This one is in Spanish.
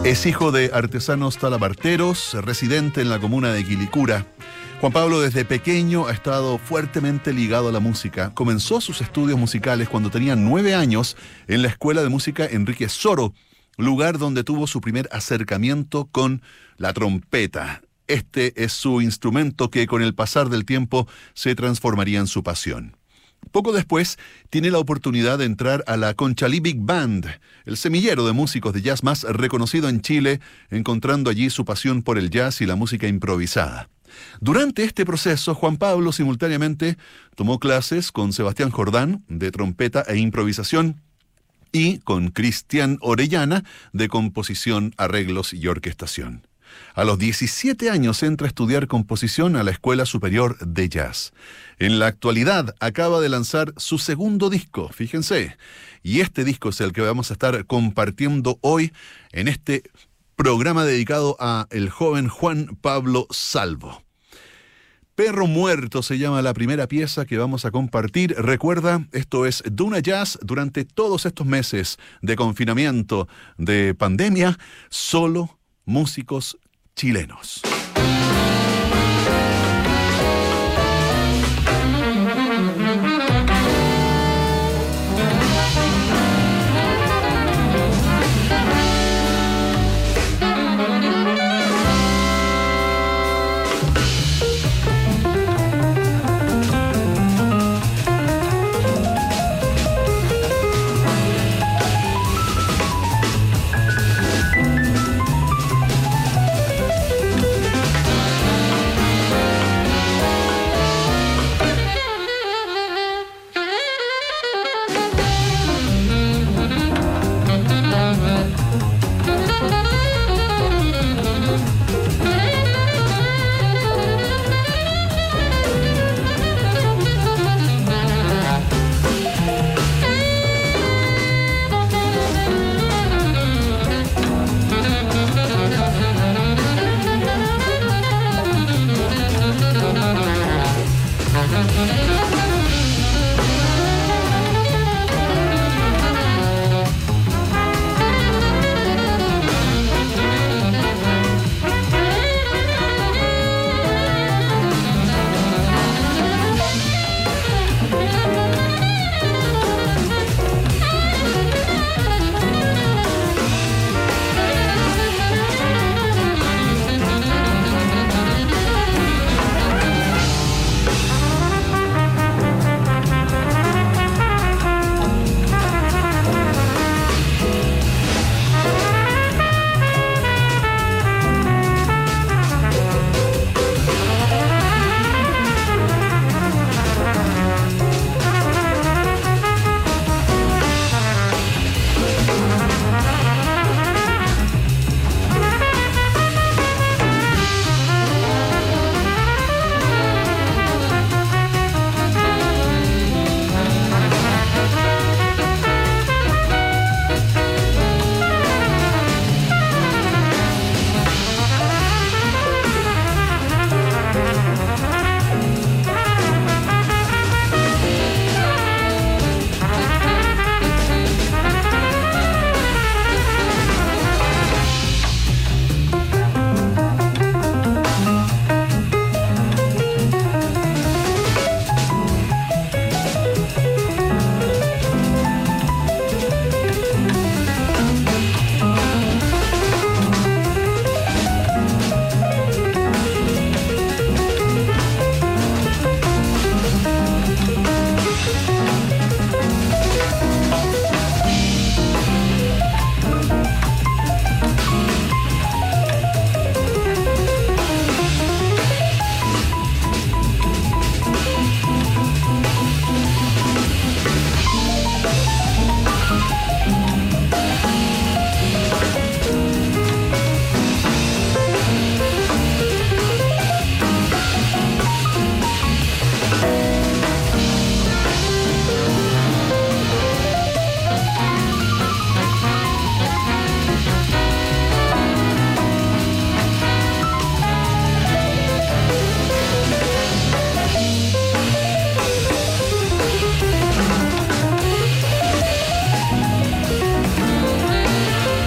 Es hijo de artesanos talabarteros, residente en la comuna de Quilicura. Juan Pablo desde pequeño ha estado fuertemente ligado a la música. Comenzó sus estudios musicales cuando tenía 9 años en la Escuela de Música Enrique Soro, lugar donde tuvo su primer acercamiento con la trompeta. Este es su instrumento que con el pasar del tiempo se transformaría en su pasión. Poco después, tiene la oportunidad de entrar a la Conchalí Big Band, el semillero de músicos de jazz más reconocido en Chile, encontrando allí su pasión por el jazz y la música improvisada. Durante este proceso, Juan Pablo simultáneamente tomó clases con Sebastián Jordán, de trompeta e improvisación, y con Cristian Orellana, de composición, arreglos y orquestación. A los 17 años entra a estudiar composición a la Escuela Superior de Jazz. En la actualidad acaba de lanzar su segundo disco, fíjense. Y este disco es el que vamos a estar compartiendo hoy en este programa dedicado a el joven Juan Pablo Salvo. Perro Muerto se llama la primera pieza que vamos a compartir. Recuerda, esto es Duna Jazz. Durante todos estos meses de confinamiento, de pandemia, solo músicos chilenos.